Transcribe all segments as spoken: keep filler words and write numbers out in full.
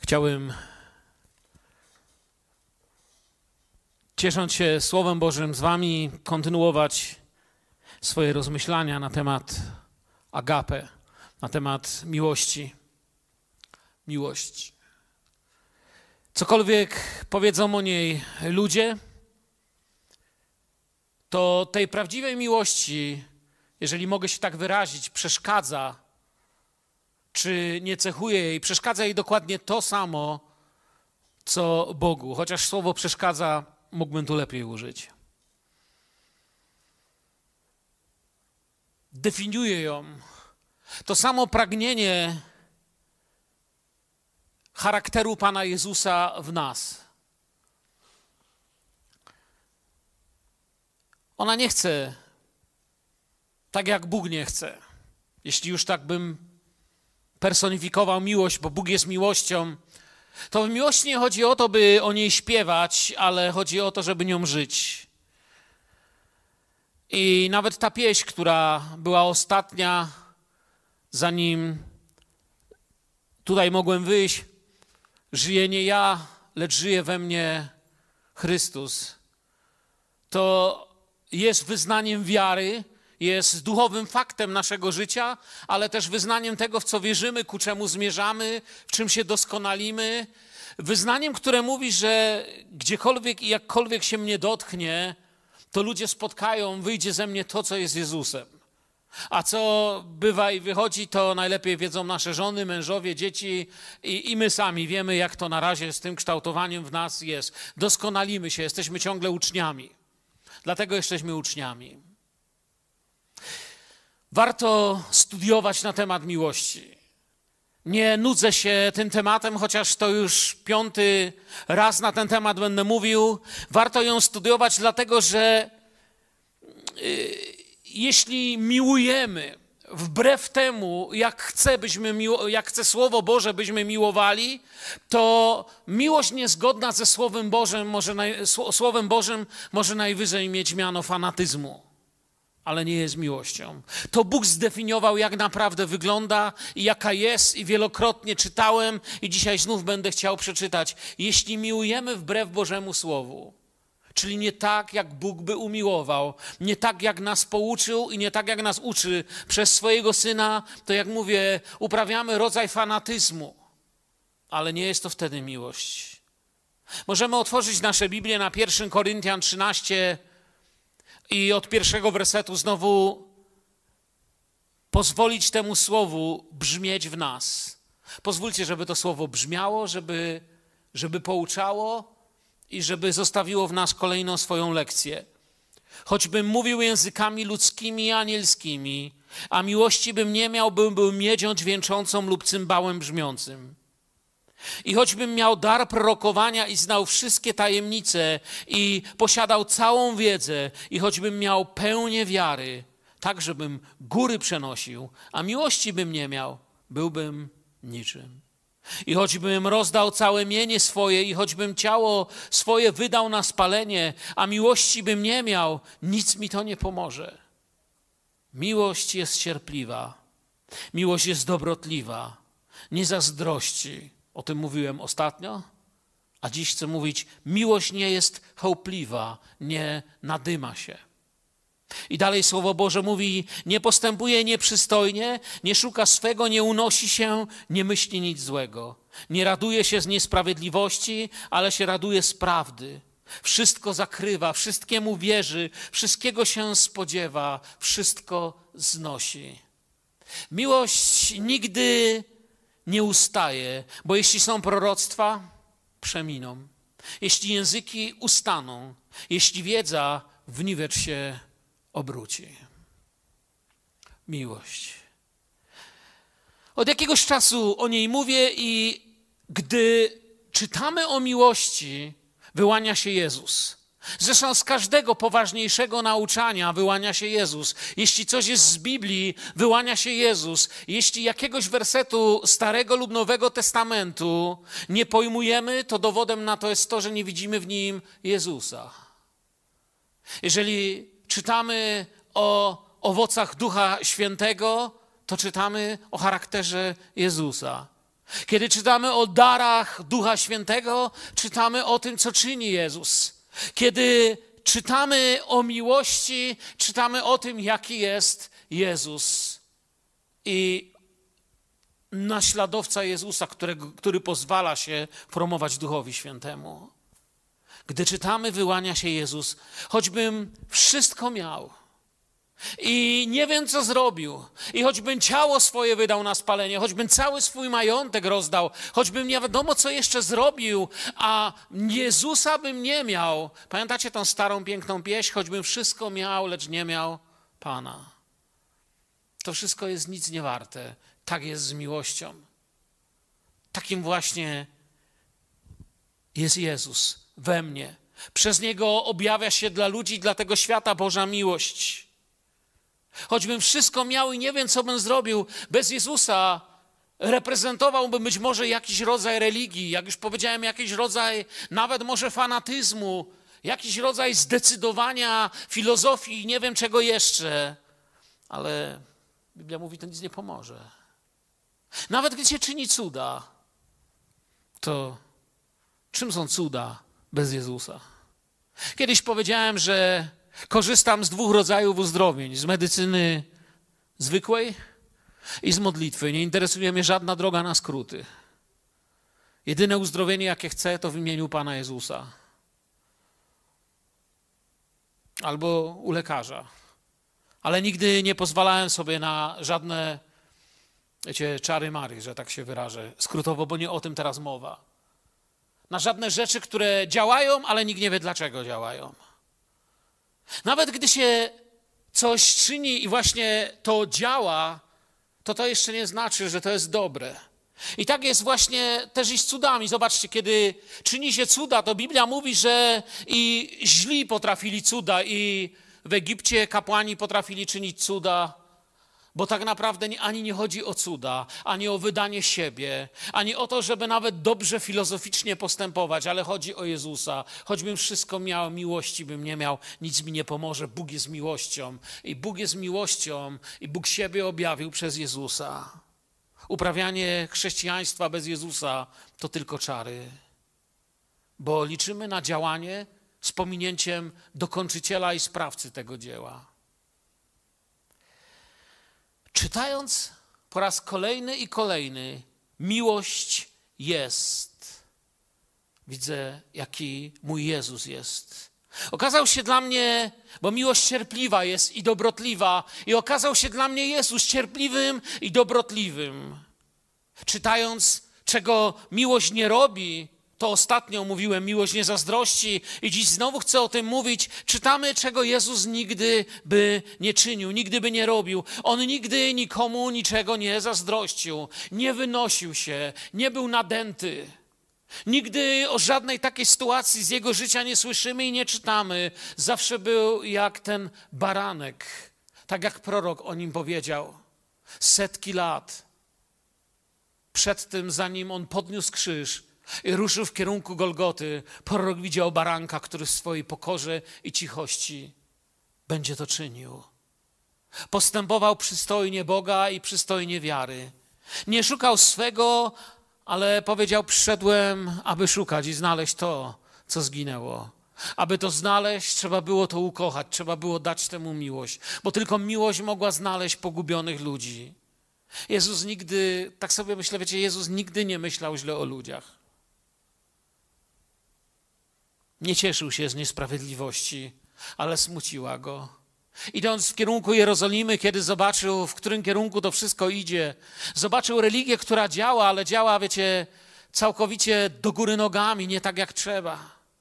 Chciałbym, ciesząc się Słowem Bożym z wami, kontynuować swoje rozmyślania na temat agape, na temat miłości. Miłość. Cokolwiek powiedzą o niej ludzie, to tej prawdziwej miłości, jeżeli mogę się tak wyrazić, przeszkadza, czy nie cechuje jej, przeszkadza jej dokładnie to samo, co Bogu. Chociaż słowo przeszkadza mógłbym tu lepiej użyć. Definiuje ją to samo pragnienie charakteru Pana Jezusa w nas. Ona nie chce tak, jak Bóg nie chce. Jeśli już tak bym personifikował miłość, bo Bóg jest miłością, to w miłości nie chodzi o to, by o niej śpiewać, ale chodzi o to, żeby nią żyć. I nawet ta pieśń, która była ostatnia, zanim tutaj mogłem wyjść, żyję nie ja, lecz żyje we mnie Chrystus, to jest wyznaniem wiary, jest duchowym faktem naszego życia, ale też wyznaniem tego, w co wierzymy, ku czemu zmierzamy, w czym się doskonalimy. Wyznaniem, które mówi, że gdziekolwiek i jakkolwiek się mnie dotknie, to ludzie spotkają, wyjdzie ze mnie to, co jest Jezusem. A co bywa i wychodzi, to najlepiej wiedzą nasze żony, mężowie, dzieci i, i my sami wiemy, jak to na razie z tym kształtowaniem w nas jest. Doskonalimy się, jesteśmy ciągle uczniami. Dlatego jesteśmy uczniami. Warto studiować na temat miłości. Nie nudzę się tym tematem, chociaż to już piąty raz na ten temat będę mówił. Warto ją studiować, dlatego że yy, jeśli miłujemy wbrew temu, jak chce, byśmy miło, jak chce Słowo Boże, byśmy miłowali, to miłość niezgodna ze Słowem Bożym może, naj, Słowem Bożym może najwyżej mieć miano fanatyzmu, ale nie jest miłością. To Bóg zdefiniował, jak naprawdę wygląda i jaka jest, i wielokrotnie czytałem i dzisiaj znów będę chciał przeczytać. Jeśli miłujemy wbrew Bożemu Słowu, czyli nie tak, jak Bóg by umiłował, nie tak, jak nas pouczył i nie tak, jak nas uczy przez swojego Syna, to jak mówię, uprawiamy rodzaj fanatyzmu, ale nie jest to wtedy miłość. Możemy otworzyć nasze Biblię na pierwszym Koryntian trzynaście i od pierwszego wersetu znowu pozwolić temu słowu brzmieć w nas. Pozwólcie, żeby to słowo brzmiało, żeby, żeby pouczało i żeby zostawiło w nas kolejną swoją lekcję. Choćbym mówił językami ludzkimi i anielskimi, a miłości bym nie miał, bym był miedzią dźwięczącą lub cymbałem brzmiącym. I choćbym miał dar prorokowania i znał wszystkie tajemnice i posiadał całą wiedzę, i choćbym miał pełnię wiary, tak żebym góry przenosił, a miłości bym nie miał, byłbym niczym. I choćbym rozdał całe mienie swoje i choćbym ciało swoje wydał na spalenie, a miłości bym nie miał, nic mi to nie pomoże. Miłość jest cierpliwa, miłość jest dobrotliwa, nie zazdrości. O tym mówiłem ostatnio, a dziś chcę mówić, miłość nie jest chełpliwa, nie nadyma się. I dalej Słowo Boże mówi, nie postępuje nieprzystojnie, nie szuka swego, nie unosi się, nie myśli nic złego. Nie raduje się z niesprawiedliwości, ale się raduje z prawdy. Wszystko zakrywa, wszystkiemu wierzy, wszystkiego się spodziewa, wszystko znosi. Miłość nigdy nie ustaje, bo jeśli są proroctwa, przeminą. Jeśli języki ustaną, jeśli wiedza w niwecz się obróci. Miłość. Od jakiegoś czasu o niej mówię i gdy czytamy o miłości, wyłania się Jezus. Zresztą z każdego poważniejszego nauczania wyłania się Jezus. Jeśli coś jest z Biblii, wyłania się Jezus. Jeśli jakiegoś wersetu Starego lub Nowego Testamentu nie pojmujemy, to dowodem na to jest to, że nie widzimy w nim Jezusa. Jeżeli czytamy o owocach Ducha Świętego, to czytamy o charakterze Jezusa. Kiedy czytamy o darach Ducha Świętego, czytamy o tym, co czyni Jezus. Kiedy czytamy o miłości, czytamy o tym, jaki jest Jezus. I naśladowca Jezusa, którego, który pozwala się promować Duchowi Świętemu. Gdy czytamy, wyłania się Jezus, choćbym wszystko miał i nie wiem, co zrobił, i choćbym ciało swoje wydał na spalenie, choćbym cały swój majątek rozdał, choćbym nie wiadomo, co jeszcze zrobił, a Jezusa bym nie miał. Pamiętacie tą starą, piękną pieśń? Choćbym wszystko miał, lecz nie miał Pana. To wszystko jest nic nie warte. Tak jest z miłością. Takim właśnie jest Jezus we mnie. Przez Niego objawia się dla ludzi, dla tego świata Boża miłość. Choćbym wszystko miał i nie wiem, co bym zrobił, bez Jezusa reprezentowałbym być może jakiś rodzaj religii, jak już powiedziałem, jakiś rodzaj nawet może fanatyzmu, jakiś rodzaj zdecydowania, filozofii i nie wiem czego jeszcze. Ale Biblia mówi, to nic nie pomoże. Nawet gdy się czyni cuda, to czym są cuda bez Jezusa? Kiedyś powiedziałem, że korzystam z dwóch rodzajów uzdrowień. Z medycyny zwykłej i z modlitwy. Nie interesuje mnie żadna droga na skróty. Jedyne uzdrowienie, jakie chcę, to w imieniu Pana Jezusa. Albo u lekarza. Ale nigdy nie pozwalałem sobie na żadne, wiecie, czary-mary, że tak się wyrażę, skrótowo, bo nie o tym teraz mowa. Na żadne rzeczy, które działają, ale nikt nie wie, dlaczego działają. Nawet gdy się coś czyni i właśnie to działa, to to jeszcze nie znaczy, że to jest dobre. I tak jest właśnie też i z cudami. Zobaczcie, kiedy czyni się cuda, to Biblia mówi, że i źli potrafili cuda, i w Egipcie kapłani potrafili czynić cuda, bo tak naprawdę ani nie chodzi o cuda, ani o wydanie siebie, ani o to, żeby nawet dobrze filozoficznie postępować, ale chodzi o Jezusa. Choćbym wszystko miał, miłości bym nie miał, nic mi nie pomoże. Bóg jest miłością i Bóg jest miłością i Bóg siebie objawił przez Jezusa. Uprawianie chrześcijaństwa bez Jezusa to tylko czary, bo liczymy na działanie z pominięciem dokończyciela i sprawcy tego dzieła. Czytając po raz kolejny i kolejny, miłość jest. Widzę, jaki mój Jezus jest. Okazał się dla mnie, bo miłość cierpliwa jest i dobrotliwa, i okazał się dla mnie Jezus cierpliwym i dobrotliwym. Czytając, czego miłość nie robi, to ostatnio mówiłem, miłość nie zazdrości i dziś znowu chcę o tym mówić. Czytamy, czego Jezus nigdy by nie czynił, nigdy by nie robił. On nigdy nikomu niczego nie zazdrościł, nie wynosił się, nie był nadęty. Nigdy o żadnej takiej sytuacji z Jego życia nie słyszymy i nie czytamy. Zawsze był jak ten baranek, tak jak prorok o nim powiedział. Setki lat przed tym, zanim On podniósł krzyż i ruszył w kierunku Golgoty, prorok widział baranka, który w swojej pokorze i cichości będzie to czynił. Postępował przystojnie Boga i przystojnie wiary. Nie szukał swego, ale powiedział, przyszedłem, aby szukać i znaleźć to, co zginęło. Aby to znaleźć, trzeba było to ukochać, trzeba było dać temu miłość, bo tylko miłość mogła znaleźć pogubionych ludzi. Jezus nigdy, tak sobie myślę, wiecie, Jezus nigdy nie myślał źle o ludziach. Nie cieszył się z niesprawiedliwości, ale smuciła go. Idąc w kierunku Jerozolimy, kiedy zobaczył, w którym kierunku to wszystko idzie, zobaczył religię, która działa, ale działa, wiecie, całkowicie do góry nogami, nie tak jak trzeba.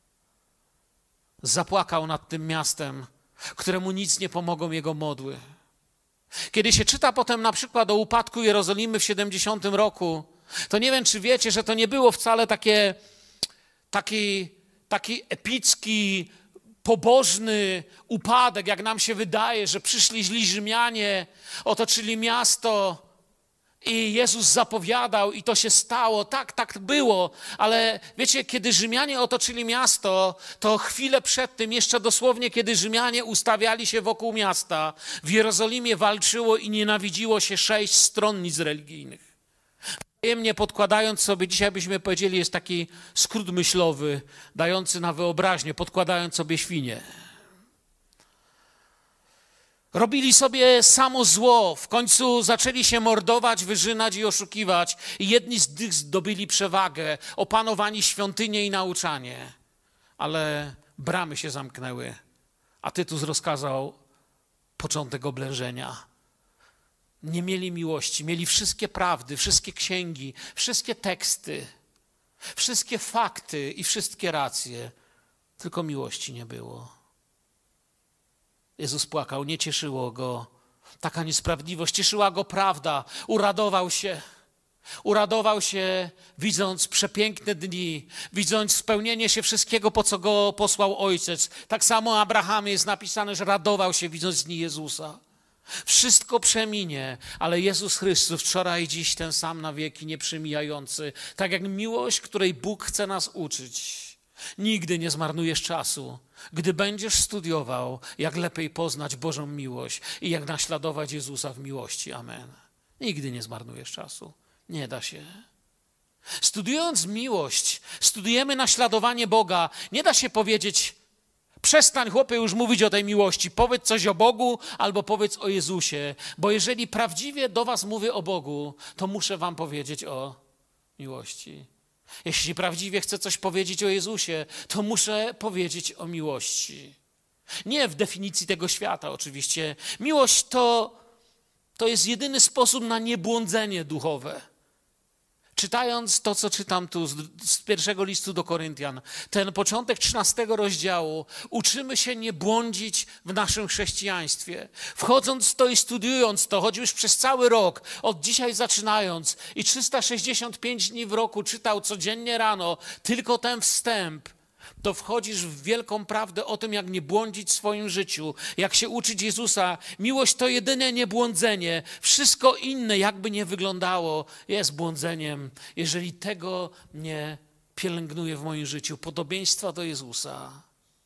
Zapłakał nad tym miastem, któremu nic nie pomogą jego modły. Kiedy się czyta potem na przykład o upadku Jerozolimy w siedemdziesiątym roku, to nie wiem, czy wiecie, że to nie było wcale takie, taki, taki epicki, pobożny upadek, jak nam się wydaje, że przyszli źli Rzymianie, otoczyli miasto i Jezus zapowiadał i to się stało. Tak, tak było, ale wiecie, kiedy Rzymianie otoczyli miasto, to chwilę przed tym, jeszcze dosłownie, kiedy Rzymianie ustawiali się wokół miasta, w Jerozolimie walczyło i nienawidziło się sześć stronnic religijnych. Wzajemnie podkładając sobie, dzisiaj byśmy powiedzieli, jest taki skrót myślowy, dający na wyobraźnię, podkładając sobie świnie. Robili sobie samo zło, w końcu zaczęli się mordować, wyżynać i oszukiwać. I jedni z tych zdobyli przewagę, opanowani świątynię i nauczanie. Ale bramy się zamknęły, a Tytus rozkazał początek oblężenia. Nie mieli miłości, mieli wszystkie prawdy, wszystkie księgi, wszystkie teksty, wszystkie fakty i wszystkie racje, tylko miłości nie było. Jezus płakał, nie cieszyło go taka niesprawiedliwość, cieszyła go prawda, uradował się. Uradował się, widząc przepiękne dni, widząc spełnienie się wszystkiego, po co go posłał Ojciec. Tak samo o Abrahamie jest napisane, że radował się, widząc dni Jezusa. Wszystko przeminie, ale Jezus Chrystus wczoraj i dziś ten sam na wieki nieprzemijający. Tak jak miłość, której Bóg chce nas uczyć. Nigdy nie zmarnujesz czasu, gdy będziesz studiował, jak lepiej poznać Bożą miłość i jak naśladować Jezusa w miłości. Amen. Nigdy nie zmarnujesz czasu. Nie da się. Studiując miłość, studujemy naśladowanie Boga. Nie da się powiedzieć, przestań chłopie już mówić o tej miłości, powiedz coś o Bogu albo powiedz o Jezusie. Bo jeżeli prawdziwie do was mówię o Bogu, to muszę wam powiedzieć o miłości. Jeśli prawdziwie chcę coś powiedzieć o Jezusie, to muszę powiedzieć o miłości. Nie w definicji tego świata oczywiście. Miłość to, to jest jedyny sposób na niebłądzenie duchowe. Czytając to, co czytam tu z, z pierwszego listu do Koryntian, ten początek trzynastego rozdziału, uczymy się nie błądzić w naszym chrześcijaństwie. Wchodząc w to i studiując to, choć już przez cały rok, od dzisiaj zaczynając i trzysta sześćdziesiąt pięć dni w roku czytał codziennie rano tylko ten wstęp, to wchodzisz w wielką prawdę o tym, jak nie błądzić w swoim życiu, jak się uczyć Jezusa. Miłość to jedyne niebłądzenie. Wszystko inne, jakby nie wyglądało, jest błądzeniem, jeżeli tego nie pielęgnuję w moim życiu. Podobieństwa do Jezusa.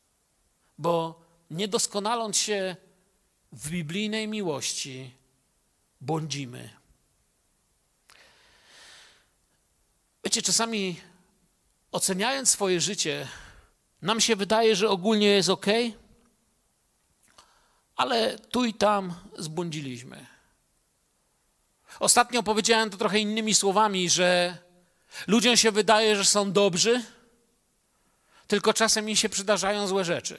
Bo nie doskonaląc się w biblijnej miłości, błądzimy. Wiecie, czasami oceniając swoje życie, nam się wydaje, że ogólnie jest ok, ale tu i tam zbłądziliśmy. Ostatnio powiedziałem to trochę innymi słowami, że ludziom się wydaje, że są dobrzy, tylko czasem im się przydarzają złe rzeczy.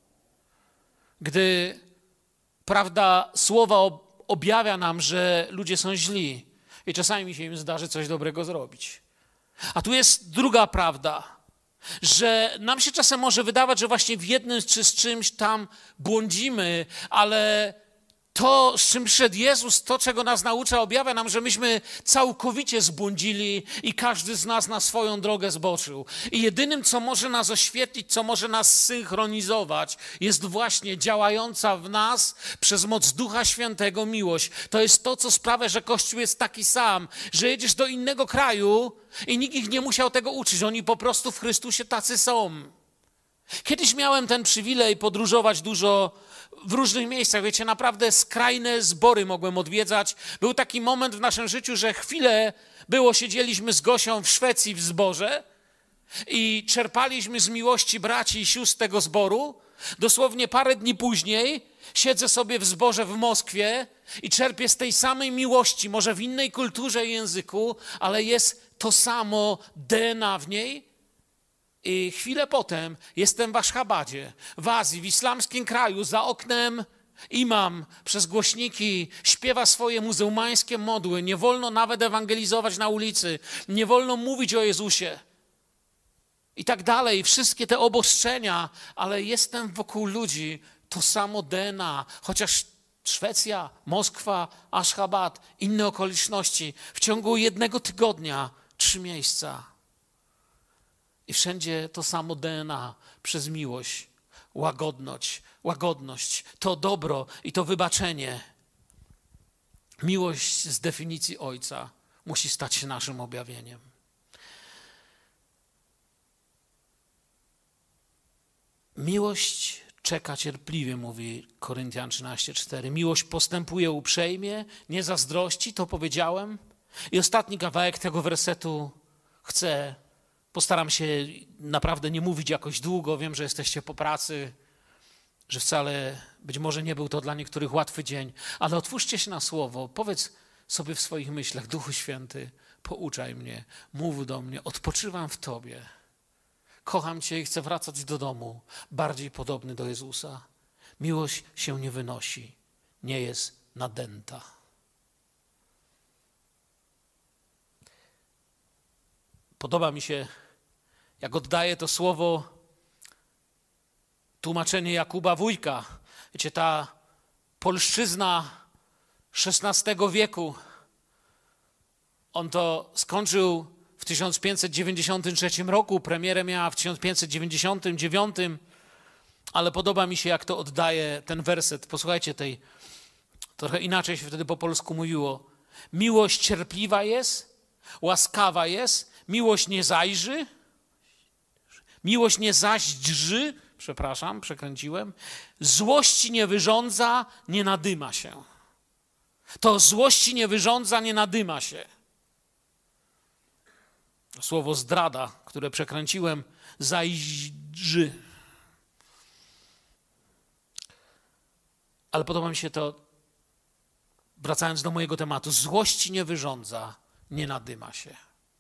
Gdy prawda słowa objawia nam, że ludzie są źli i czasami się im zdarzy coś dobrego zrobić. A tu jest druga prawda, że nam się czasem może wydawać, że właśnie w jednym czy z czymś tam błądzimy, ale to, z czym przyszedł Jezus, to, czego nas naucza, objawia nam, że myśmy całkowicie zbłądzili i każdy z nas na swoją drogę zboczył. I jedynym, co może nas oświetlić, co może nas synchronizować, jest właśnie działająca w nas przez moc Ducha Świętego miłość. To jest to, co sprawia, że Kościół jest taki sam, że jedziesz do innego kraju i nikt ich nie musiał tego uczyć. Oni po prostu w Chrystusie tacy są. Kiedyś miałem ten przywilej podróżować dużo w różnych miejscach. Wiecie, naprawdę skrajne zbory mogłem odwiedzać. Był taki moment w naszym życiu, że chwilę było, siedzieliśmy z Gosią w Szwecji w zborze i czerpaliśmy z miłości braci i sióstr tego zboru. Dosłownie parę dni później siedzę sobie w zborze w Moskwie i czerpię z tej samej miłości, może w innej kulturze i języku, ale jest to samo D N A w niej. I chwilę potem jestem w Aszchabadzie, w Azji, w islamskim kraju, za oknem imam przez głośniki śpiewa swoje muzułmańskie modły. Nie wolno nawet ewangelizować na ulicy, nie wolno mówić o Jezusie i tak dalej. Wszystkie te obostrzenia, ale jestem wokół ludzi, to samo D N A, chociaż Szwecja, Moskwa, Aszchabad, inne okoliczności. W ciągu jednego tygodnia trzy miejsca. I wszędzie to samo D N A przez miłość, łagodność, łagodność, to dobro i to wybaczenie. Miłość z definicji Ojca musi stać się naszym objawieniem. Miłość czeka cierpliwie, mówi Koryntian trzynaście cztery. Miłość postępuje uprzejmie, nie zazdrości, to powiedziałem. I ostatni kawałek tego wersetu chcę, postaram się naprawdę nie mówić jakoś długo. Wiem, że jesteście po pracy, że wcale być może nie był to dla niektórych łatwy dzień, ale otwórzcie się na słowo, powiedz sobie w swoich myślach: Duchu Święty, pouczaj mnie, mów do mnie, odpoczywam w Tobie. Kocham Cię i chcę wracać do domu, bardziej podobny do Jezusa. Miłość się nie wynosi, nie jest nadęta. Podoba mi się, jak oddaje to słowo tłumaczenie Jakuba Wójka. Wiecie, ta polszczyzna szesnastego wieku, on to skończył w tysiąc pięćset dziewięćdziesiątym trzecim roku, premierę miała w tysiąc pięćset dziewięćdziesiątym dziewiątym, ale podoba mi się, jak to oddaje ten werset. Posłuchajcie tej, trochę inaczej się wtedy po polsku mówiło. Miłość cierpliwa jest, łaskawa jest, miłość nie zajrzy, miłość nie zaźdrzy, przepraszam, przekręciłem, złości nie wyrządza, nie nadyma się. To złości nie wyrządza, nie nadyma się. Słowo zdrada, które przekręciłem, zajrzy. Ale podoba mi się to, wracając do mojego tematu, złości nie wyrządza, nie nadyma się.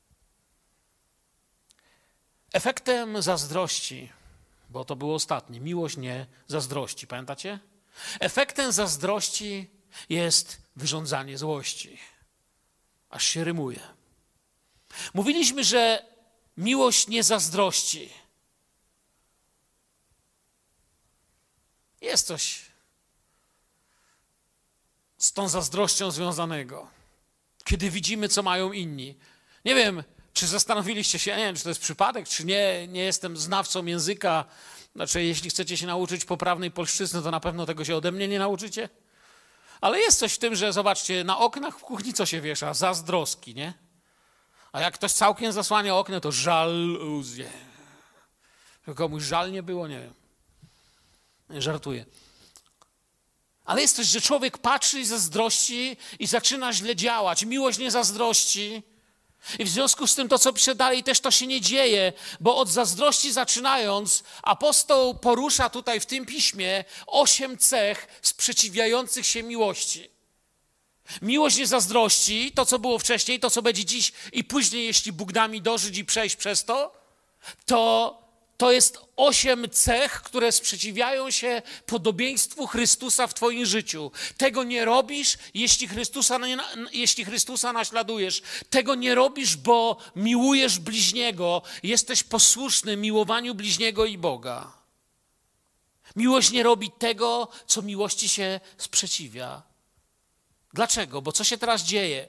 Efektem zazdrości, bo to było ostatnie, miłość nie zazdrości, pamiętacie? Efektem zazdrości jest wyrządzanie złości. Aż się rymuje. Mówiliśmy, że miłość nie zazdrości. Jest coś z tą zazdrością związanego. Kiedy widzimy, co mają inni. Nie wiem, czy zastanowiliście się, nie wiem, czy to jest przypadek, czy nie, nie jestem znawcą języka. Znaczy, jeśli chcecie się nauczyć poprawnej polszczyzny, to na pewno tego się ode mnie nie nauczycie. Ale jest coś w tym, że zobaczcie, na oknach w kuchni co się wiesza? Zazdroski, nie? A jak ktoś całkiem zasłania okno, to żaluzje. Komuś żal nie było, nie wiem. Żartuję. Ale jest coś, że człowiek patrzy i zazdrości i zaczyna źle działać. Miłość nie zazdrości. I w związku z tym to, co pisze dalej, też to się nie dzieje, bo od zazdrości zaczynając, apostoł porusza tutaj w tym piśmie osiem cech sprzeciwiających się miłości. Miłość nie zazdrości, to co było wcześniej, to co będzie dziś i później, jeśli Bóg da mi dożyć i przejść przez to, to, to jest osiem cech, które sprzeciwiają się podobieństwu Chrystusa w twoim życiu. Tego nie robisz, jeśli Chrystusa, jeśli Chrystusa naśladujesz. Tego nie robisz, bo miłujesz bliźniego. Jesteś posłuszny miłowaniu bliźniego i Boga. Miłość nie robi tego, co miłości się sprzeciwia. Dlaczego? Bo co się teraz dzieje?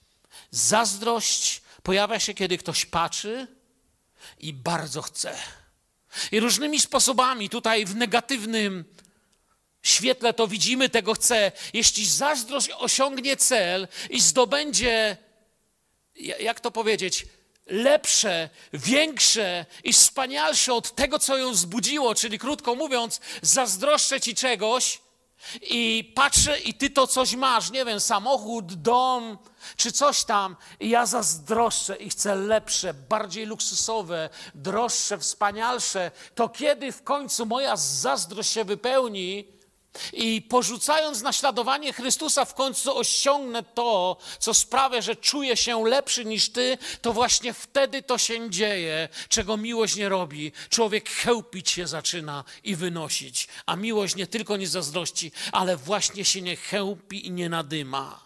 Zazdrość pojawia się, kiedy ktoś patrzy i bardzo chce. I różnymi sposobami tutaj w negatywnym świetle to widzimy, tego chce. Jeśli zazdrość osiągnie cel i zdobędzie, jak to powiedzieć, lepsze, większe i wspanialsze od tego, co ją wzbudziło, czyli krótko mówiąc, zazdroszczę ci czegoś, i patrzę i ty to coś masz, nie wiem, samochód, dom czy coś tam i ja zazdroszczę i chcę lepsze, bardziej luksusowe, droższe, wspanialsze, to kiedy w końcu moja zazdrość się wypełni i porzucając naśladowanie Chrystusa w końcu osiągnę to, co sprawia, że czuję się lepszy niż ty, to właśnie wtedy to się dzieje, czego miłość nie robi. Człowiek chełpić się zaczyna i wynosić, a miłość nie tylko nie zazdrości, ale właśnie się nie chełpi i nie nadyma.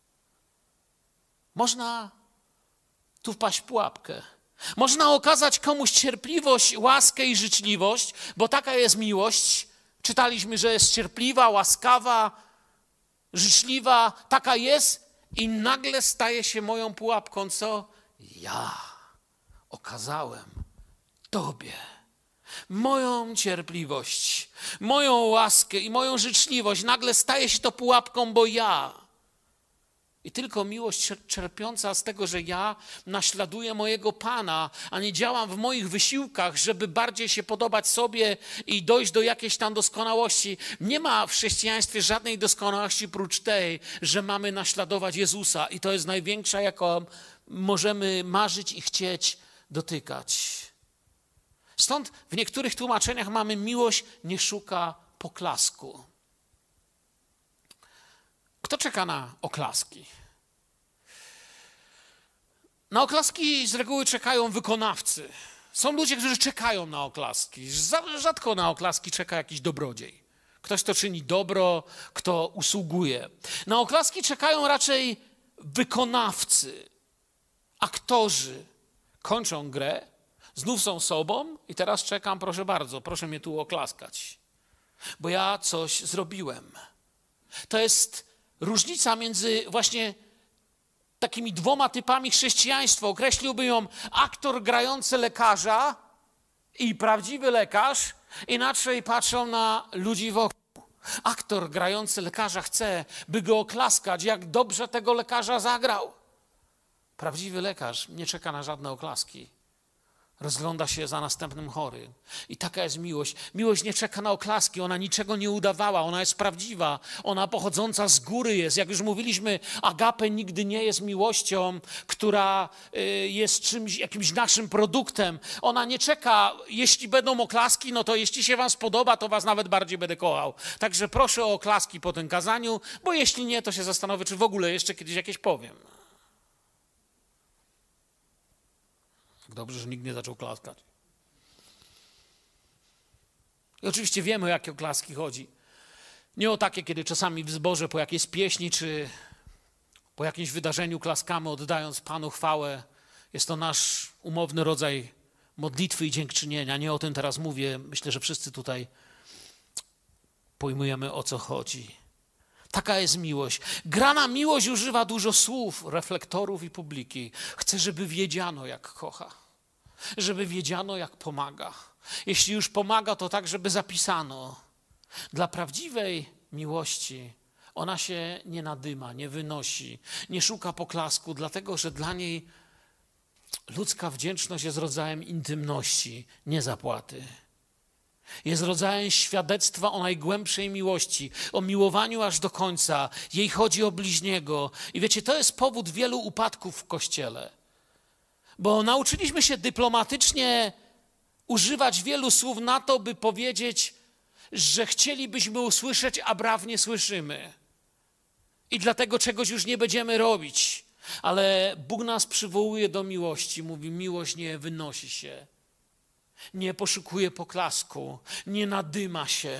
Można tu wpaść w pułapkę. Można okazać komuś cierpliwość, łaskę i życzliwość, bo taka jest miłość. Czytaliśmy, że jest cierpliwa, łaskawa, życzliwa, taka jest i nagle staje się moją pułapką, co? Ja okazałem Tobie moją cierpliwość, moją łaskę i moją życzliwość. Nagle staje się to pułapką, bo ja. I tylko miłość czerpiąca z tego, że ja naśladuję mojego Pana, a nie działam w moich wysiłkach, żeby bardziej się podobać sobie i dojść do jakiejś tam doskonałości. Nie ma w chrześcijaństwie żadnej doskonałości prócz tej, że mamy naśladować Jezusa. I to jest największa, jaką możemy marzyć i chcieć dotykać. Stąd w niektórych tłumaczeniach mamy miłość nie szuka poklasku. Kto czeka na oklaski? Na oklaski z reguły czekają wykonawcy. Są ludzie, którzy czekają na oklaski. Rzadko na oklaski czeka jakiś dobrodziej. Ktoś, kto czyni dobro, kto usługuje. Na oklaski czekają raczej wykonawcy, aktorzy. Kończą grę, znów są sobą i teraz czekam, proszę bardzo, proszę mnie tu oklaskać, bo ja coś zrobiłem. To jest różnica między właśnie takimi dwoma typami chrześcijaństwa. Określiłbym ją aktor grający lekarza i prawdziwy lekarz. Inaczej patrzą na ludzi wokół. Aktor grający lekarza chce, by go oklaskać, jak dobrze tego lekarza zagrał. Prawdziwy lekarz nie czeka na żadne oklaski. Rozgląda się za następnym chorym. I taka jest miłość. Miłość nie czeka na oklaski, ona niczego nie udawała, ona jest prawdziwa, ona pochodząca z góry jest. Jak już mówiliśmy, agape nigdy nie jest miłością, która jest czymś, jakimś naszym produktem. Ona nie czeka, jeśli będą oklaski, no to jeśli się wam spodoba, to was nawet bardziej będę kochał. Także proszę o oklaski po tym kazaniu, bo jeśli nie, to się zastanowię, czy w ogóle jeszcze kiedyś jakieś powiem. Dobrze, że nikt nie zaczął klaskać. I oczywiście wiemy, o jakie oklaski chodzi. Nie o takie, kiedy czasami w zborze po jakiejś pieśni czy po jakimś wydarzeniu klaskamy, oddając Panu chwałę. Jest to nasz umowny rodzaj modlitwy i dziękczynienia. Nie o tym teraz mówię. Myślę, że wszyscy tutaj pojmujemy, o co chodzi. Taka jest miłość. Grana miłość używa dużo słów, reflektorów i publiki. Chce, żeby wiedziano, jak kocha. Żeby wiedziano, jak pomaga. Jeśli już pomaga, to tak, żeby zapisano. Dla prawdziwej miłości ona się nie nadyma, nie wynosi, nie szuka poklasku, dlatego, że dla niej ludzka wdzięczność jest rodzajem intymności, nie zapłaty. Jest rodzajem świadectwa o najgłębszej miłości, o miłowaniu aż do końca. Jej chodzi o bliźniego. I wiecie, to jest powód wielu upadków w Kościele. Bo nauczyliśmy się dyplomatycznie używać wielu słów na to, by powiedzieć, że chcielibyśmy usłyszeć, a braw nie słyszymy. I dlatego czegoś już nie będziemy robić. Ale Bóg nas przywołuje do miłości. Mówi, miłość nie wynosi się. Nie poszukuje poklasku, nie nadyma się.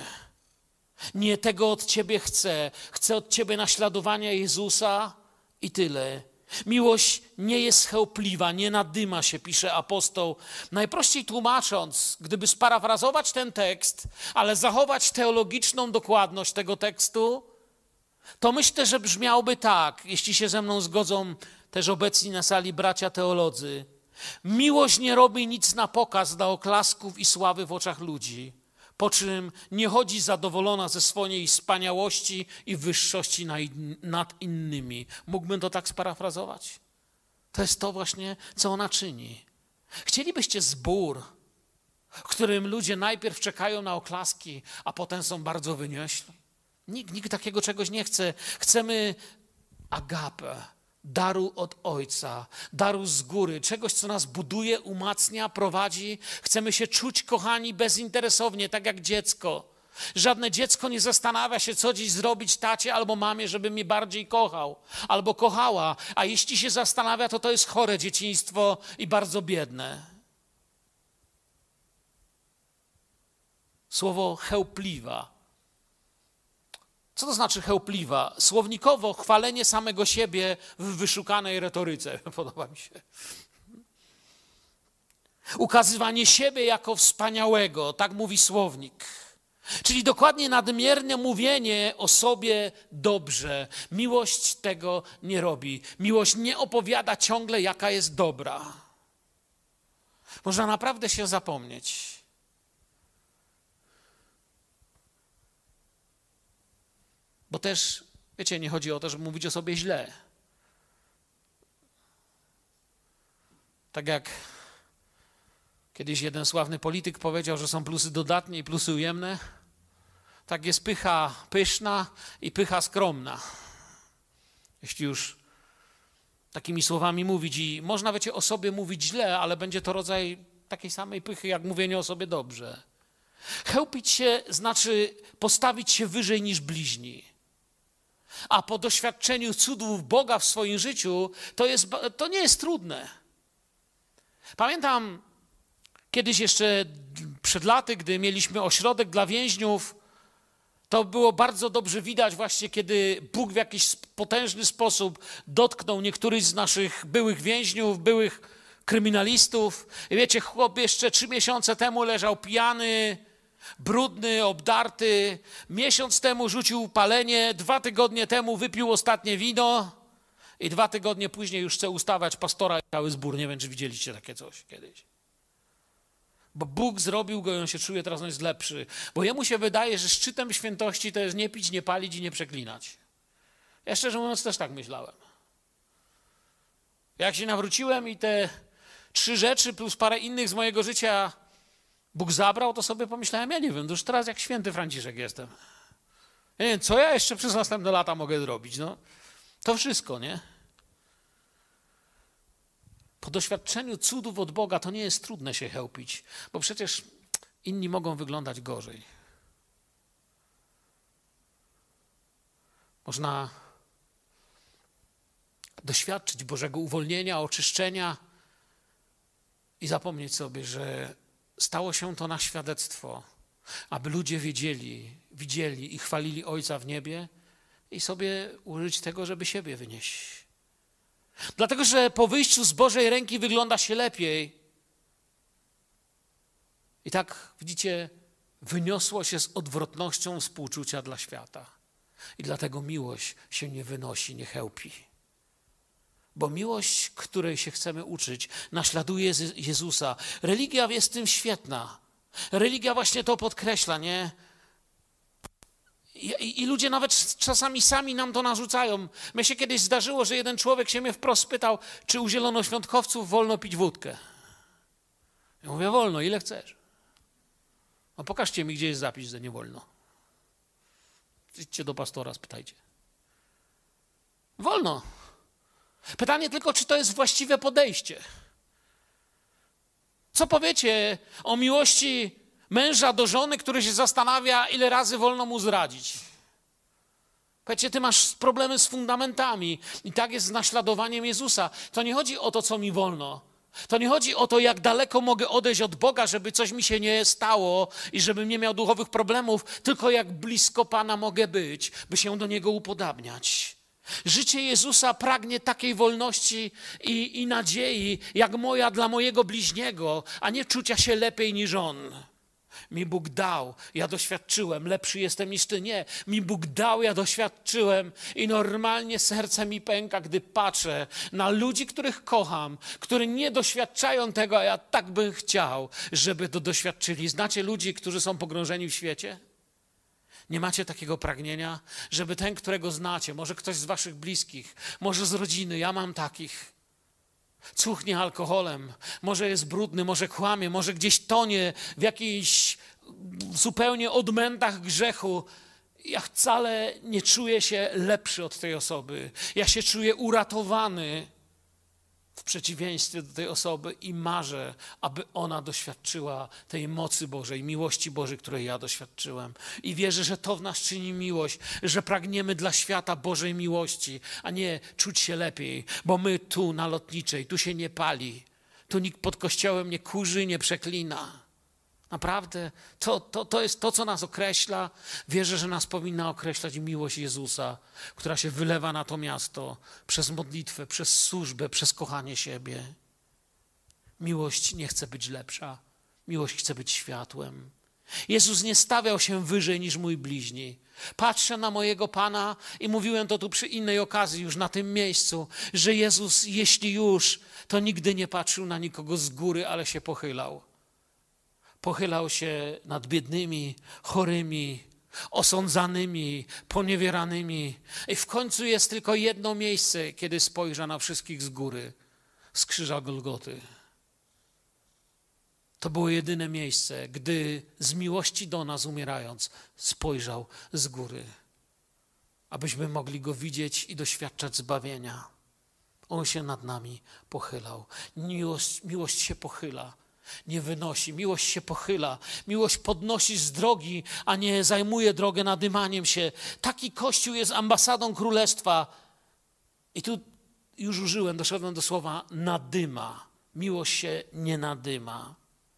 Nie tego od ciebie chce. Chce od ciebie naśladowania Jezusa i tyle. Miłość nie jest chełpliwa, nie nadyma się, pisze apostoł. Najprościej tłumacząc, gdyby sparafrazować ten tekst, ale zachować teologiczną dokładność tego tekstu, to myślę, że brzmiałby tak, jeśli się ze mną zgodzą też obecni na sali bracia teolodzy. Miłość nie robi nic na pokaz dla oklasków i sławy w oczach ludzi, po czym nie chodzi zadowolona ze swojej wspaniałości i wyższości nad innymi. Mógłbym to tak sparafrazować? To jest to właśnie, co ona czyni. Chcielibyście zbór, w którym ludzie najpierw czekają na oklaski, a potem są bardzo wyniośli? Nikt, nikt takiego czegoś nie chce. Chcemy agapę. Daru od Ojca, daru z góry, czegoś, co nas buduje, umacnia, prowadzi. Chcemy się czuć kochani bezinteresownie, tak jak dziecko. Żadne dziecko nie zastanawia się, co dziś zrobić tacie albo mamie, żeby mnie bardziej kochał albo kochała. A jeśli się zastanawia, to to jest chore dzieciństwo i bardzo biedne. Słowo chełpliwa. Co to znaczy chełpliwa? Słownikowo chwalenie samego siebie w wyszukanej retoryce. Podoba mi się. Ukazywanie siebie jako wspaniałego, tak mówi słownik. Czyli dokładnie nadmierne mówienie o sobie dobrze. Miłość tego nie robi. Miłość nie opowiada ciągle, jaka jest dobra. Można naprawdę się zapomnieć. Bo też, wiecie, nie chodzi o to, żeby mówić o sobie źle. Tak jak kiedyś jeden sławny polityk powiedział, że są plusy dodatnie i plusy ujemne, tak jest pycha pyszna i pycha skromna. Jeśli już takimi słowami mówić i można, wiecie, o sobie mówić źle, ale będzie to rodzaj takiej samej pychy, jak mówienie o sobie dobrze. Chełpić się znaczy postawić się wyżej niż bliźni. A po doświadczeniu cudów Boga w swoim życiu to, jest, to nie jest trudne. Pamiętam kiedyś jeszcze przed laty, gdy mieliśmy ośrodek dla więźniów, to było bardzo dobrze widać właśnie, kiedy Bóg w jakiś potężny sposób dotknął niektórych z naszych byłych więźniów, byłych kryminalistów. I wiecie, chłop jeszcze trzy miesiące temu leżał pijany, brudny, obdarty. Miesiąc temu rzucił palenie, dwa tygodnie temu wypił ostatnie wino i dwa tygodnie później już chce ustawiać pastora i cały zbór. Nie wiem, czy widzieliście takie coś kiedyś. Bo Bóg zrobił go i on się czuje, teraz on jest lepszy. Bo jemu się wydaje, że szczytem świętości to jest nie pić, nie palić i nie przeklinać. Ja szczerze mówiąc też tak myślałem. Jak się nawróciłem i te trzy rzeczy plus parę innych z mojego życia Bóg zabrał, to sobie pomyślałem, ja nie wiem, to już teraz jak święty Franciszek jestem. Ja nie wiem, co ja jeszcze przez następne lata mogę zrobić. No, to wszystko, nie? Po doświadczeniu cudów od Boga to nie jest trudne się chełpić, bo przecież inni mogą wyglądać gorzej. Można doświadczyć Bożego uwolnienia, oczyszczenia i zapomnieć sobie, że stało się to na świadectwo, aby ludzie wiedzieli, widzieli i chwalili Ojca w niebie i sobie użyć tego, żeby siebie wynieść. Dlatego, że po wyjściu z Bożej ręki wygląda się lepiej. I tak, widzicie, wyniosło się z odwrotnością współczucia dla świata. I dlatego miłość się nie wynosi, nie chełpi. Bo miłość, której się chcemy uczyć, naśladuje Jezusa. Religia jest w tym świetna. Religia właśnie to podkreśla, nie? I, I ludzie nawet czasami sami nam to narzucają. Mnie się kiedyś zdarzyło, że jeden człowiek się mnie wprost pytał, czy u zielonoświątkowców wolno pić wódkę. Ja mówię, wolno, ile chcesz. No pokażcie mi, gdzie jest zapis, że nie wolno. Idźcie do pastora, spytajcie. Wolno. Pytanie tylko, czy to jest właściwe podejście. Co powiecie o miłości męża do żony, który się zastanawia, ile razy wolno mu zdradzić? Powiecie, ty masz problemy z fundamentami i tak jest z naśladowaniem Jezusa. To nie chodzi o to, co mi wolno. To nie chodzi o to, jak daleko mogę odejść od Boga, żeby coś mi się nie stało i żebym nie miał duchowych problemów, tylko jak blisko Pana mogę być, by się do Niego upodabniać. Życie Jezusa pragnie takiej wolności i, i nadziei, jak moja dla mojego bliźniego, a nie czucia się lepiej niż on. Mi Bóg dał, ja doświadczyłem, lepszy jestem niż ty. Nie, mi Bóg dał, ja doświadczyłem i normalnie serce mi pęka, gdy patrzę na ludzi, których kocham, którzy nie doświadczają tego, a ja tak bym chciał, żeby to doświadczyli. Znacie ludzi, którzy są pogrążeni w świecie? Nie macie takiego pragnienia, żeby ten, którego znacie, może ktoś z waszych bliskich, może z rodziny, ja mam takich, cuchnie alkoholem, może jest brudny, może kłamie, może gdzieś tonie w jakichś zupełnie odmętach grzechu. Ja wcale nie czuję się lepszy od tej osoby. Ja się czuję uratowany w przeciwieństwie do tej osoby i marzę, aby ona doświadczyła tej mocy Bożej, miłości Bożej, której ja doświadczyłem. I wierzę, że to w nas czyni miłość, że pragniemy dla świata Bożej miłości, a nie czuć się lepiej, bo my tu na Lotniczej, tu się nie pali, tu nikt pod kościołem nie kurzy, nie przeklina. Naprawdę, to, to, to jest to, co nas określa. Wierzę, że nas powinna określać miłość Jezusa, która się wylewa na to miasto przez modlitwę, przez służbę, przez kochanie siebie. Miłość nie chce być lepsza. Miłość chce być światłem. Jezus nie stawiał się wyżej niż mój bliźni. Patrzę na mojego Pana i mówiłem to tu przy innej okazji już na tym miejscu, że Jezus, jeśli już, to nigdy nie patrzył na nikogo z góry, ale się pochylał. Pochylał się nad biednymi, chorymi, osądzanymi, poniewieranymi. I w końcu jest tylko jedno miejsce, kiedy spojrza na wszystkich z góry, z krzyża Golgoty. To było jedyne miejsce, gdy z miłości do nas umierając spojrzał z góry, abyśmy mogli Go widzieć i doświadczać zbawienia. On się nad nami pochylał. Miłość, miłość się pochyla, nie wynosi. Miłość się pochyla. Miłość podnosi z drogi, a nie zajmuje drogę nadymaniem się. Taki Kościół jest ambasadą Królestwa. I tu już użyłem, doszedłem do słowa nadyma. Miłość się nie nadyma.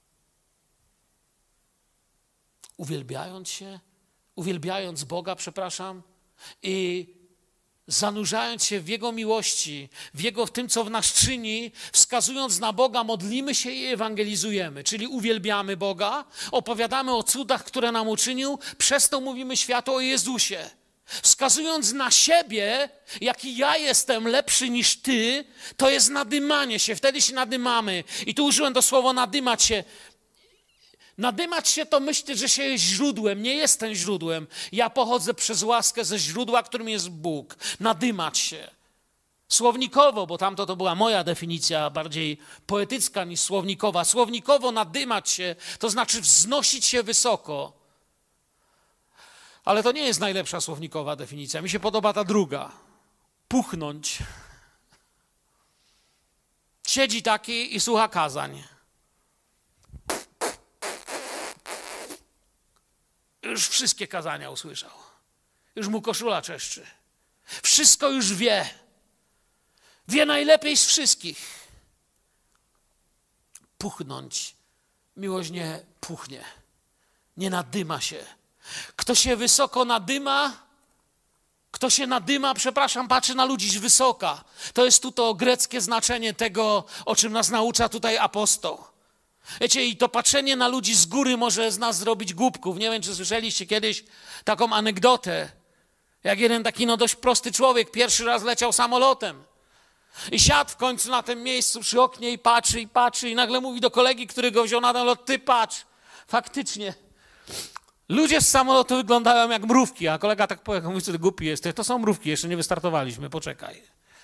Uwielbiając się, uwielbiając Boga, przepraszam, i zanurzając się w Jego miłości, w Jego, w tym, co w nas czyni, wskazując na Boga, modlimy się i ewangelizujemy, czyli uwielbiamy Boga, opowiadamy o cudach, które nam uczynił, przez to mówimy światu o Jezusie. Wskazując na siebie, jaki ja jestem lepszy niż ty, to jest nadymanie się, wtedy się nadymamy. I tu użyłem to słowo nadymać się. Nadymać się to myśleć, że się jest źródłem. Nie jestem źródłem. Ja pochodzę przez łaskę ze źródła, którym jest Bóg. Nadymać się. Słownikowo, bo tamto to była moja definicja, bardziej poetycka niż słownikowa. Słownikowo nadymać się, to znaczy wznosić się wysoko. Ale to nie jest najlepsza słownikowa definicja. Mi się podoba ta druga. Puchnąć. Siedzi taki i słucha kazań. Już wszystkie kazania usłyszał. Już mu koszula czeszczy. Wszystko już wie. Wie najlepiej z wszystkich. Puchnąć. Miłość nie puchnie. Nie nadyma się. Kto się wysoko nadyma, kto się nadyma, przepraszam, patrzy na ludzi z wysoka. To jest tu to greckie znaczenie tego, o czym nas naucza tutaj apostoł. Wiecie, i to patrzenie na ludzi z góry może z nas zrobić głupków. Nie wiem, czy słyszeliście kiedyś taką anegdotę, jak jeden taki no dość prosty człowiek pierwszy raz leciał samolotem i siadł w końcu na tym miejscu przy oknie i patrzy, i patrzy i nagle mówi do kolegi, który go wziął na ten lot, ty patrz, faktycznie, ludzie z samolotu wyglądają jak mrówki, a kolega tak powiedział, mówi, co ty głupi jesteś, to są mrówki, jeszcze nie wystartowaliśmy, poczekaj.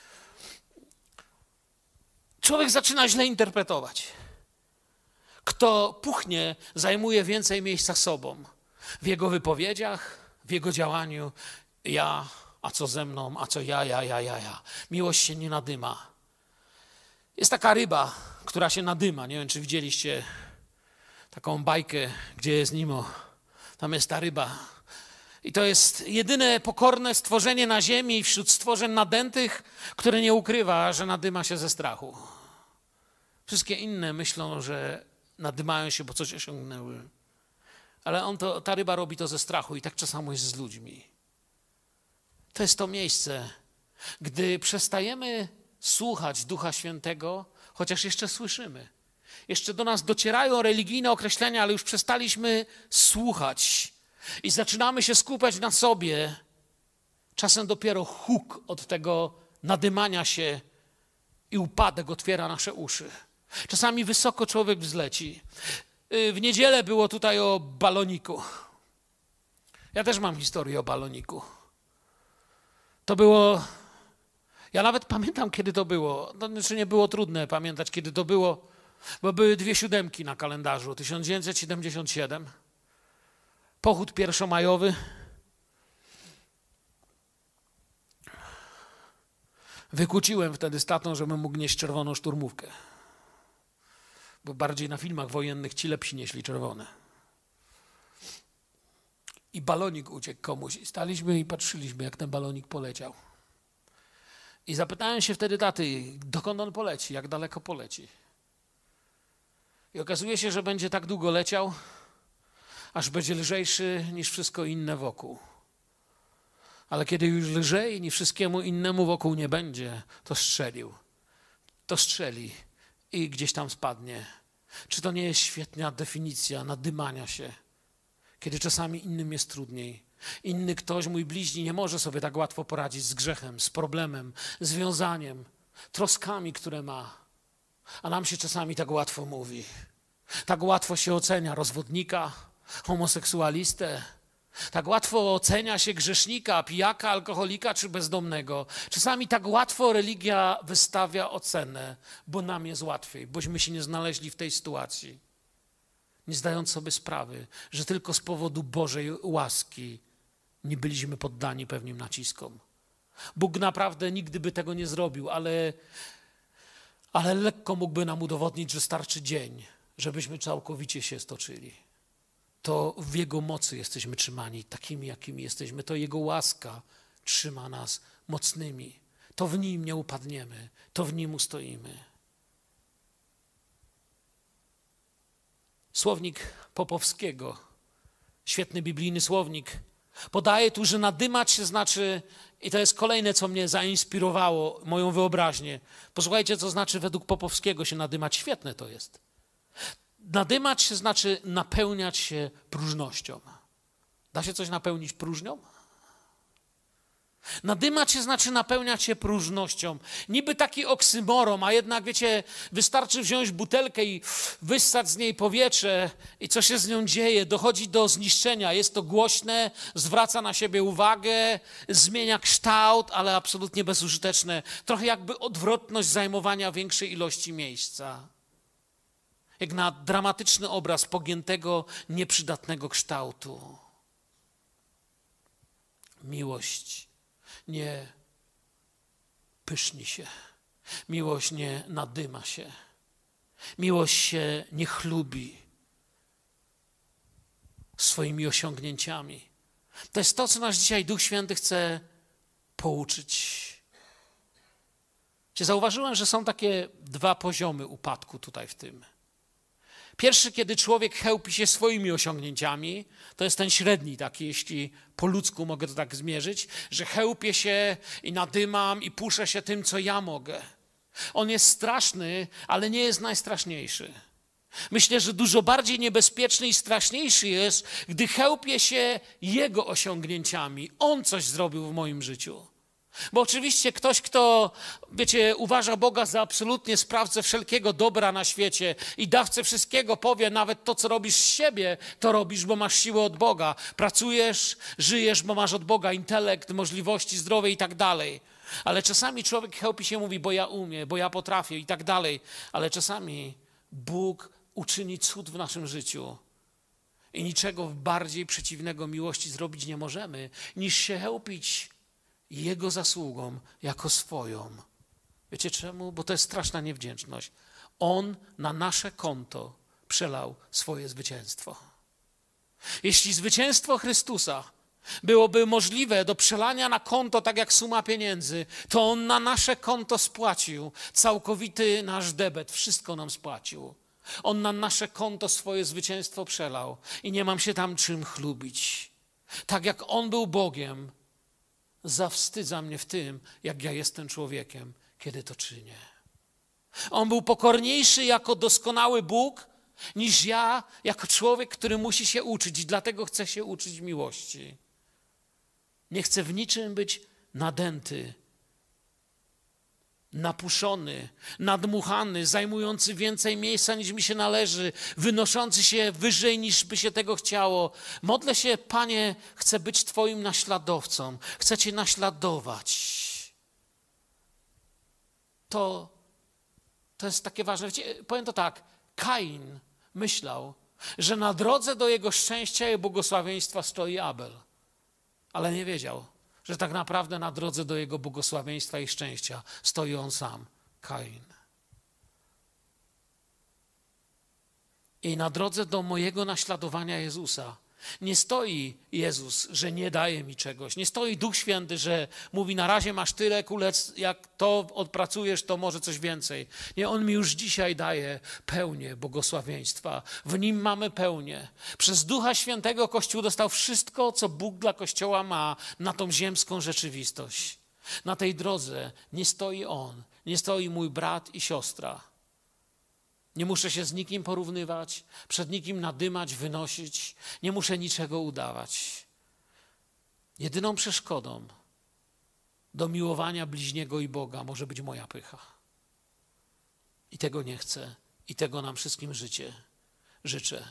Człowiek zaczyna źle interpretować. Kto puchnie, zajmuje więcej miejsca sobą. W jego wypowiedziach, w jego działaniu. Ja, a co ze mną, a co ja, ja, ja, ja, ja. Miłość się nie nadyma. Jest taka ryba, która się nadyma. Nie wiem, czy widzieliście taką bajkę, gdzie jest Nemo. Tam jest ta ryba. I to jest jedyne pokorne stworzenie na ziemi wśród stworzeń nadętych, które nie ukrywa, że nadyma się ze strachu. Wszystkie inne myślą, że nadymają się, bo coś osiągnęły. Ale on to, ta ryba robi to ze strachu i tak czasami jest z ludźmi. To jest to miejsce, gdy przestajemy słuchać Ducha Świętego, chociaż jeszcze słyszymy. Jeszcze do nas docierają religijne określenia, ale już przestaliśmy słuchać i zaczynamy się skupiać na sobie. Czasem dopiero huk od tego nadymania się i upadek otwiera nasze uszy. Czasami wysoko człowiek wzleci. W niedzielę było tutaj o baloniku. Ja też mam historię o baloniku. To było... Ja nawet pamiętam, kiedy to było. To znaczy nie było trudne pamiętać, kiedy to było, bo były dwie siódemki na kalendarzu. tysiąc dziewięćset siedemdziesiąt siedem. Pochód pierwszomajowy. Wykuciłem wtedy z tatą, żebym mógł nieść czerwoną szturmówkę. Bo bardziej na filmach wojennych ci lepsi nieśli czerwone. I balonik uciekł komuś. I staliśmy i patrzyliśmy, jak ten balonik poleciał. I zapytałem się wtedy taty, dokąd on poleci, jak daleko poleci. I okazuje się, że będzie tak długo leciał, aż będzie lżejszy niż wszystko inne wokół. Ale kiedy już lżej niż wszystkiemu innemu wokół nie będzie, to strzelił. To strzeli i gdzieś tam spadnie. Czy to nie jest świetna definicja nadymania się, kiedy czasami innym jest trudniej? Inny ktoś, mój bliźni, nie może sobie tak łatwo poradzić z grzechem, z problemem, związaniem, troskami, które ma. A nam się czasami tak łatwo mówi. Tak łatwo się ocenia rozwodnika, homoseksualistę. Tak łatwo ocenia się grzesznika, pijaka, alkoholika czy bezdomnego. Czasami tak łatwo religia wystawia ocenę, bo nam jest łatwiej, bośmy się nie znaleźli w tej sytuacji. nie zdając sobie sprawy, że tylko z powodu Bożej łaski nie byliśmy poddani pewnym naciskom. Bóg naprawdę nigdy by tego nie zrobił, ale, ale lekko mógłby nam udowodnić, że starczy dzień, żebyśmy całkowicie się stoczyli. To w Jego mocy jesteśmy trzymani takimi, jakimi jesteśmy. To Jego łaska trzyma nas mocnymi. To w Nim nie upadniemy, to w Nim ustoimy. Słownik Popowskiego, świetny biblijny słownik, podaje tu, że nadymać się znaczy, i to jest kolejne, co mnie zainspirowało, moją wyobraźnię. Posłuchajcie, co znaczy według Popowskiego się nadymać. Świetne to jest. Nadymać się znaczy napełniać się próżnością. Da się coś napełnić próżnią? Nadymać się znaczy napełniać się próżnością. Niby taki oksymoron, a jednak wiecie, wystarczy wziąć butelkę i wyssać z niej powietrze i co się z nią dzieje? Dochodzi do zniszczenia. Jest to głośne, zwraca na siebie uwagę, zmienia kształt, ale absolutnie bezużyteczne. Trochę jakby odwrotność zajmowania większej ilości miejsca. Jak na dramatyczny obraz pogiętego, nieprzydatnego kształtu. Miłość nie pyszni się. Miłość nie nadyma się. Miłość się nie chlubi swoimi osiągnięciami. To jest to, co nas dzisiaj Duch Święty chce pouczyć. Zauważyłem, że są takie dwa poziomy upadku tutaj w tym. Pierwszy, kiedy człowiek chełpi się swoimi osiągnięciami, to jest ten średni taki, jeśli po ludzku mogę to tak zmierzyć, że chełpię się i nadymam i puszę się tym, co ja mogę. On jest straszny, ale nie jest najstraszniejszy. Myślę, że dużo bardziej niebezpieczny i straszniejszy jest, gdy chełpię się jego osiągnięciami. On coś zrobił w moim życiu. Bo oczywiście ktoś, kto, wiecie, uważa Boga za absolutnie sprawcę wszelkiego dobra na świecie i dawcę wszystkiego, powie, nawet to, co robisz z siebie, to robisz, bo masz siłę od Boga. Pracujesz, żyjesz, bo masz od Boga intelekt, możliwości, zdrowie i tak dalej. Ale czasami człowiek chełpi się, mówi, bo ja umiem, bo ja potrafię i tak dalej. Ale czasami Bóg uczyni cud w naszym życiu. I niczego bardziej przeciwnego miłości zrobić nie możemy, niż się chełpić Jego zasługą jako swoją. Wiecie czemu? Bo to jest straszna niewdzięczność. On na nasze konto przelał swoje zwycięstwo. Jeśli zwycięstwo Chrystusa byłoby możliwe do przelania na konto, tak jak suma pieniędzy, to On na nasze konto spłacił całkowity nasz debet. Wszystko nam spłacił. On na nasze konto swoje zwycięstwo przelał i nie mam się tam czym chlubić. Tak jak On był Bogiem, zawstydza mnie w tym, jak ja jestem człowiekiem, kiedy to czynię. On był pokorniejszy jako doskonały Bóg, niż ja, jako człowiek, który musi się uczyć i dlatego chcę się uczyć miłości. Nie chcę w niczym być nadęty, napuszony, nadmuchany, zajmujący więcej miejsca niż mi się należy, wynoszący się wyżej niż by się tego chciało. Modlę się, Panie, chcę być Twoim naśladowcą, chcę Cię naśladować. To, to jest takie ważne. Wiecie, powiem to tak, Kain myślał, że na drodze do jego szczęścia i błogosławieństwa stoi Abel, ale nie wiedział, że tak naprawdę na drodze do jego błogosławieństwa i szczęścia stoi on sam, Kain. I na drodze do mojego naśladowania Jezusa nie stoi Jezus, że nie daje mi czegoś. Nie stoi Duch Święty, że mówi, na razie masz tyle kulec, jak to odpracujesz, to może coś więcej. Nie, On mi już dzisiaj daje pełnię błogosławieństwa. W Nim mamy pełnię. Przez Ducha Świętego Kościół dostał wszystko, co Bóg dla Kościoła ma na tą ziemską rzeczywistość. Na tej drodze nie stoi On, nie stoi mój brat i siostra. Nie muszę się z nikim porównywać, przed nikim nadymać, wynosić. Nie muszę niczego udawać. Jedyną przeszkodą do miłowania bliźniego i Boga może być moja pycha. I tego nie chcę. I tego nam wszystkim życie życzę.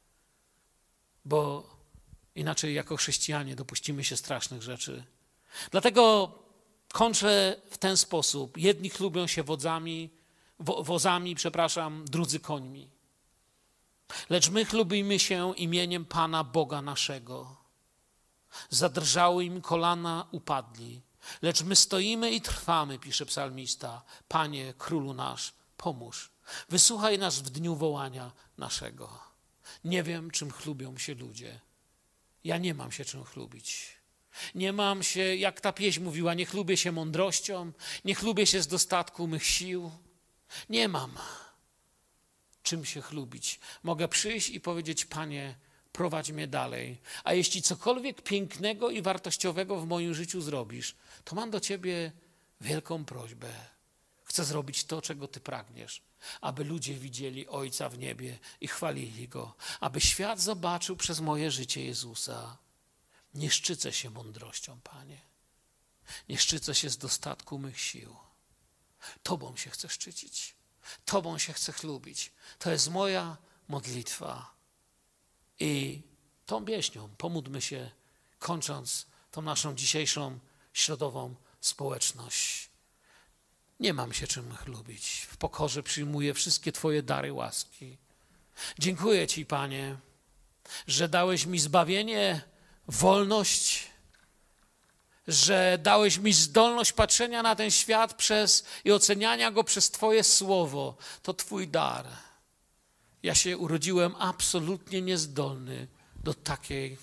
Bo inaczej jako chrześcijanie dopuścimy się strasznych rzeczy. Dlatego kończę w ten sposób. Jedni chlubią się wodzami, Wo- wozami, przepraszam, drudzy końmi. Lecz my chlubimy się imieniem Pana Boga naszego. Zadrżały im kolana, upadli. Lecz my stoimy i trwamy, pisze psalmista. Panie, Królu nasz, pomóż. Wysłuchaj nas w dniu wołania naszego. Nie wiem, czym chlubią się ludzie. Ja nie mam się czym chlubić. Nie mam się, jak ta pieśń mówiła, nie chlubię się mądrością, nie chlubię się z dostatku mych sił. Nie mam czym się chlubić. Mogę przyjść i powiedzieć: Panie, prowadź mnie dalej. A jeśli cokolwiek pięknego i wartościowego w moim życiu zrobisz, to mam do Ciebie wielką prośbę. Chcę zrobić to, czego Ty pragniesz, aby ludzie widzieli Ojca w niebie i chwalili Go, aby świat zobaczył przez moje życie Jezusa. Nie szczycę się mądrością, Panie. Nie szczycę się z dostatku mych sił. Tobą się chcę szczycić. Tobą się chcę chlubić. To jest moja modlitwa. I tą pieśnią pomódlmy się, kończąc tą naszą dzisiejszą środową społeczność. Nie mam się czym chlubić. W pokorze przyjmuję wszystkie Twoje dary łaski. Dziękuję Ci, Panie, że dałeś mi zbawienie, wolność, że dałeś mi zdolność patrzenia na ten świat przez i oceniania go przez Twoje słowo. To Twój dar. Ja się urodziłem absolutnie niezdolny do takiej,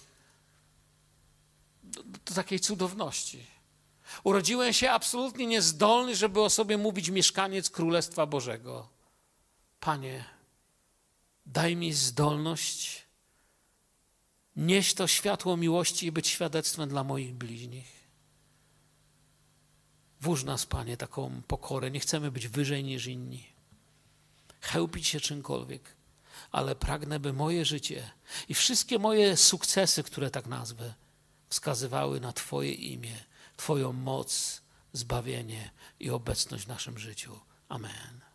do, do takiej cudowności. Urodziłem się absolutnie niezdolny, żeby o sobie mówić mieszkaniec Królestwa Bożego. Panie, daj mi zdolność nieść to światło miłości i być świadectwem dla moich bliźnich. Włóż nas, Panie, taką pokorę. Nie chcemy być wyżej niż inni. Chełpić się czymkolwiek, ale pragnę, by moje życie i wszystkie moje sukcesy, które tak nazwę, wskazywały na Twoje imię, Twoją moc, zbawienie i obecność w naszym życiu. Amen.